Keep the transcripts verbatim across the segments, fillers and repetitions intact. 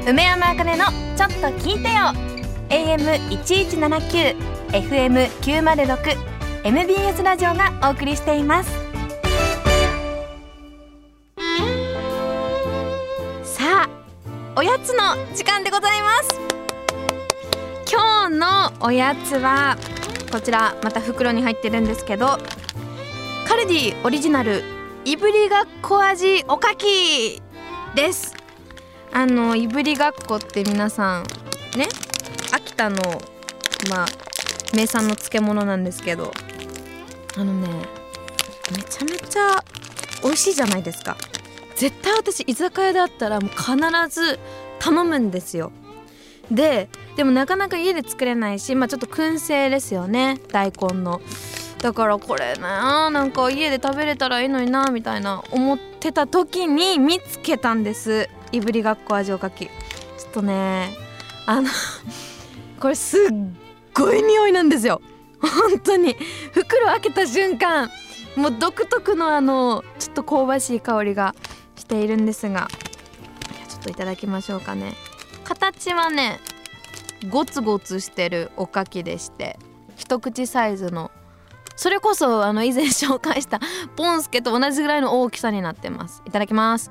梅山あかねのちょっと聞いてよ。 エーエムいちいちななきゅう エフエムきゅうまるろく エムビーエス ラジオがお送りしています。さあ、おやつの時間でございます。今日のおやつはこちら、また袋に入ってるんですけど、カルディオリジナルいぶりがっこ味おかきです。あのいぶりがっこって皆さんね、秋田のまあ名産の漬物なんですけど、あのねめちゃめちゃ美味しいじゃないですか。絶対私居酒屋であったらもう必ず頼むんですよ。ででもなかなか家で作れないし、まあちょっと燻製ですよね、大根の。だからこれな、なんか家で食べれたらいいのになみたいな思ってた時に見つけたんです、いぶりがっこ味おかき。ちょっとね、あのこれすっごい匂いなんですよ。本当に袋開けた瞬間、もう独特のあのちょっと香ばしい香りがしているんですが、ちょっといただきましょうかね。形はねゴツゴツしてるおかきでして、一口サイズの、それこそあの以前紹介したポンスケと同じぐらいの大きさになってます。いただきます。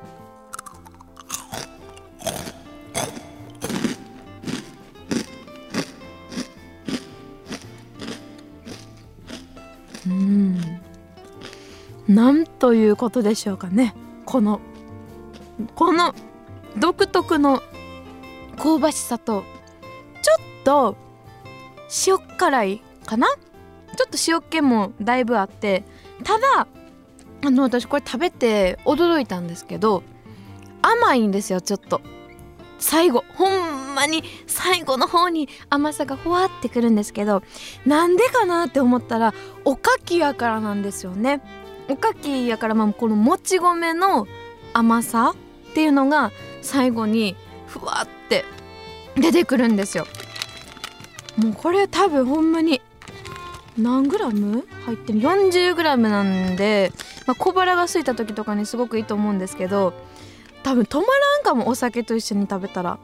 うーん、なんということでしょうかね。このこの独特の香ばしさと、ちょっと塩辛いかな、ちょっと塩気もだいぶあって、ただあの私これ食べて驚いたんですけど、甘いんですよ。ちょっと最後、ほんまに最後の方に甘さがほわってくるんですけど、なんでかなって思ったらおかきやからなんですよね。おかきやから、まあこのもち米の甘さっていうのが最後にふわって出てくるんですよ。もうこれ多分ほんまに何グラム入ってる、よんじゅうグラムなんで、まあ、小腹が空いた時とかにすごくいいと思うんですけど、多分止まらんかも、お酒と一緒に食べたら。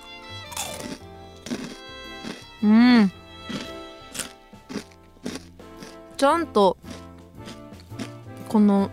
うん、ちゃんとこの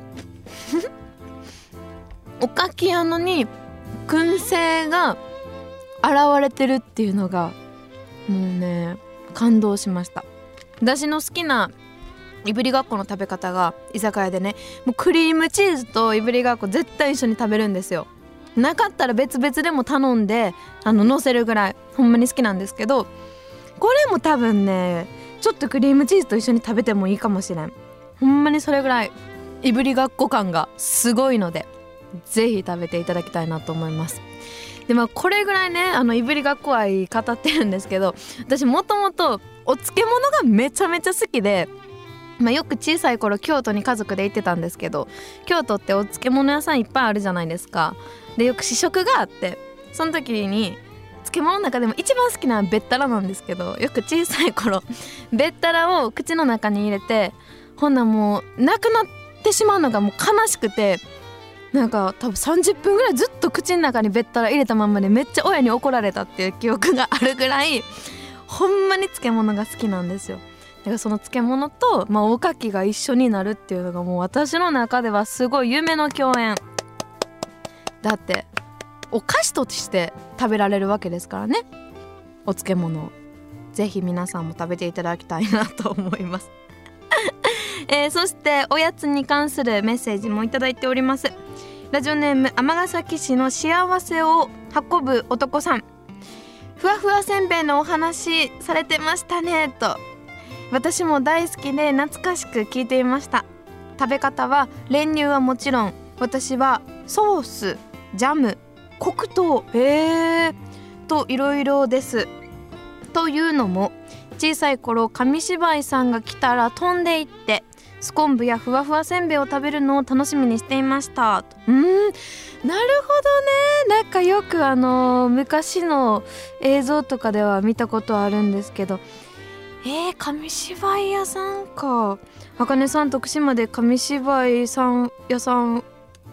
おかきやのに燻製が現れてるっていうのがもうね感動しました。私の好きないぶりがっこの食べ方が、居酒屋でね、もうクリームチーズといぶりがっこ絶対一緒に食べるんですよ。なかったら別々でも頼んであの乗せるぐらいほんまに好きなんですけど、これも多分ねちょっとクリームチーズと一緒に食べてもいいかもしれん。ほんまにそれぐらいいぶりがっこ感がすごいので、ぜひ食べていただきたいなと思います。でまあこれぐらいね、あのいぶりがっこ愛語ってるんですけど、私もともとお漬物がめちゃめちゃ好きで、まあ、よく小さい頃京都に家族で行ってたんですけど、京都ってお漬物屋さんいっぱいあるじゃないですか。でよく試食があって、その時に漬物の中でも一番好きなのはべったらなんですけど、よく小さい頃べったらを口の中に入れて、ほんなもうなくなってしまうのがもう悲しくて、なんか多分さんじゅっぷんぐらいずっと口の中にべったら入れたまんまで、めっちゃ親に怒られたっていう記憶があるぐらいほんまに漬物が好きなんですよ。だからその漬物と、まあ、おかきが一緒になるっていうのがもう私の中ではすごい夢の共演だって、お菓子として食べられるわけですからね、お漬物を。ぜひ皆さんも食べていただきたいなと思いますえー、そしておやつに関するメッセージもいただいております。ラジオネーム尼崎市の幸せを運ぶ男さん、ふわふわせんべいのお話されてましたねと。私も大好きで懐かしく聞いていました。食べ方は練乳はもちろん、私はソース、ジャム、黒糖、へーといろいろです。というのも小さい頃紙芝居さんが来たら飛んでいってスコンブやふわふわせんべいを食べるのを楽しみにしていました。うーん、なるほどね。なんかよくあのー、昔の映像とかでは見たことあるんですけど、えー、紙芝居屋さんか。あかねさん徳島で紙芝居さん屋さん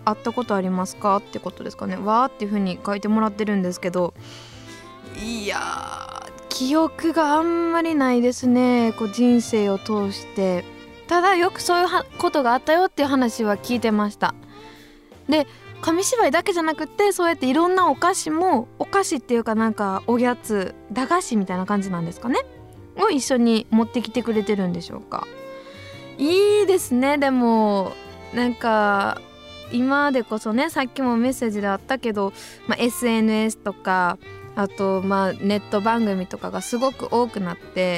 会ったことありますかってことですかね。わーっていう風に書いてもらってるんですけど、いやー記憶があんまりないですね。こう人生を通して。ただよくそういうことがあったよっていう話は聞いてました。で紙芝居だけじゃなくて、そうやっていろんなお菓子も、お菓子っていうかなんかおやつ、駄菓子みたいな感じなんですかね、を一緒に持ってきてくれてるんでしょうか。いいですね。でもなんか今でこそね、さっきもメッセージであったけど、まあ、エスエヌエス とかあとまあネット番組とかがすごく多くなって、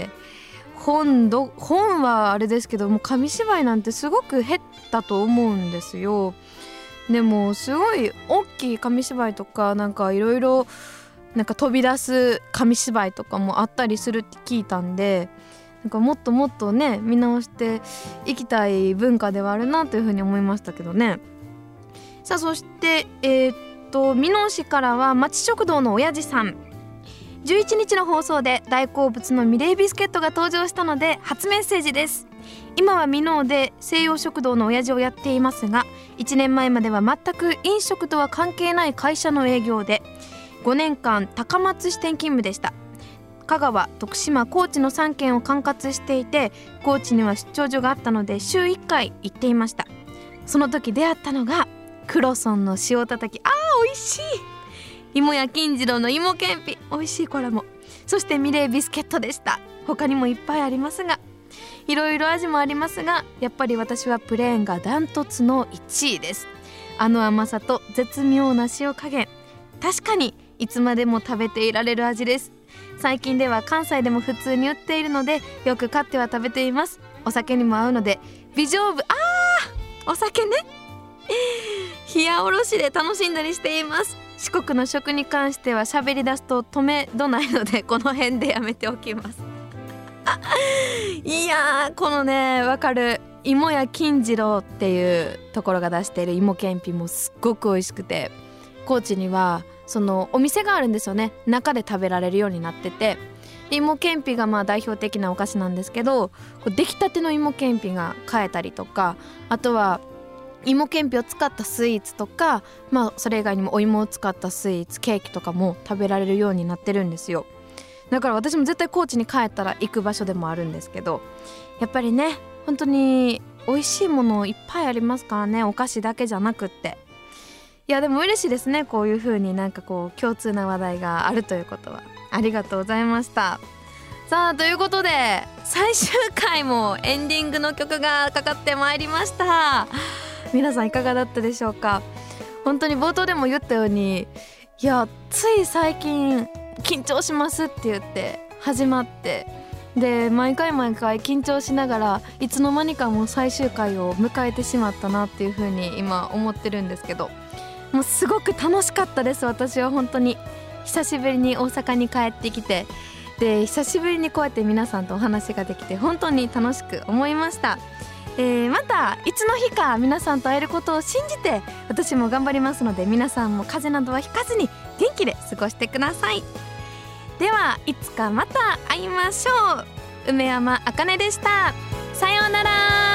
本ど本はあれですけども、紙芝居なんてすごく減ったと思うんですよ。でもすごい大きい紙芝居とかなんかいろいろなんか飛び出す紙芝居とかもあったりするって聞いたんで、なんかもっともっとね見直していきたい文化ではあるなというふうに思いましたけどね。さあそしてえー、っと箕面市からは町食堂の親父さん、じゅういちにちの放送で大好物のミレービスケットが登場したので初メッセージです。今は箕面で西洋食堂の親父をやっていますが、いちねんまえまでは全く飲食とは関係ない会社の営業でごねんかん高松支店勤務でした。香川、徳島、高知のさんけんを管轄していて、高知には出張所があったので週いっかい行っていました。その時出会ったのがクロソンの塩たたき、あー美味しい、芋や金次郎の芋けんぴ、美味しいこれも、そしてミレービスケットでした。他にもいっぱいありますが、いろいろ味もありますが、やっぱり私はプレーンがダントツのいちいです。あの甘さと絶妙な塩加減、確かにいつまでも食べていられる味です。最近では関西でも普通に売っているのでよく買っては食べています。お酒にも合うので微丈夫、あーお酒ね冷やおろしで楽しんだりしています。四国の食に関しては喋り出すと止めどないのでこの辺でやめておきますいやーこのねわかる、芋や金次郎っていうところが出している芋けんぴもすっごく美味しくて、高知にはそのお店があるんですよね。中で食べられるようになってて、芋けんぴがまあ代表的なお菓子なんですけど、こう出来たての芋けんぴが買えたりとか、あとは芋けんぴを使ったスイーツとか、まあそれ以外にもお芋を使ったスイーツ、ケーキとかも食べられるようになってるんですよ。だから私も絶対高知に帰ったら行く場所でもあるんですけど、やっぱりね本当に美味しいものいっぱいありますからね、お菓子だけじゃなくって。いやでも嬉しいですね、こういう風になんかこう共通な話題があるということは。ありがとうございました。さあということで最終回もエンディングの曲がかかってまいりました。皆さんいかがだったでしょうか。本当に冒頭でも言ったように、いやつい最近緊張しますって言って始まって、で毎回毎回緊張しながらいつの間にかもう最終回を迎えてしまったなっていう風に今思ってるんですけど、もうすごく楽しかったです。私は本当に久しぶりに大阪に帰ってきて、で久しぶりにこうやって皆さんとお話ができて本当に楽しく思いました。えー、またいつの日か皆さんと会えることを信じて私も頑張りますので、皆さんも風邪などはひかずに元気で過ごしてください。ではいつかまた会いましょう。梅山あかねでした。さようなら。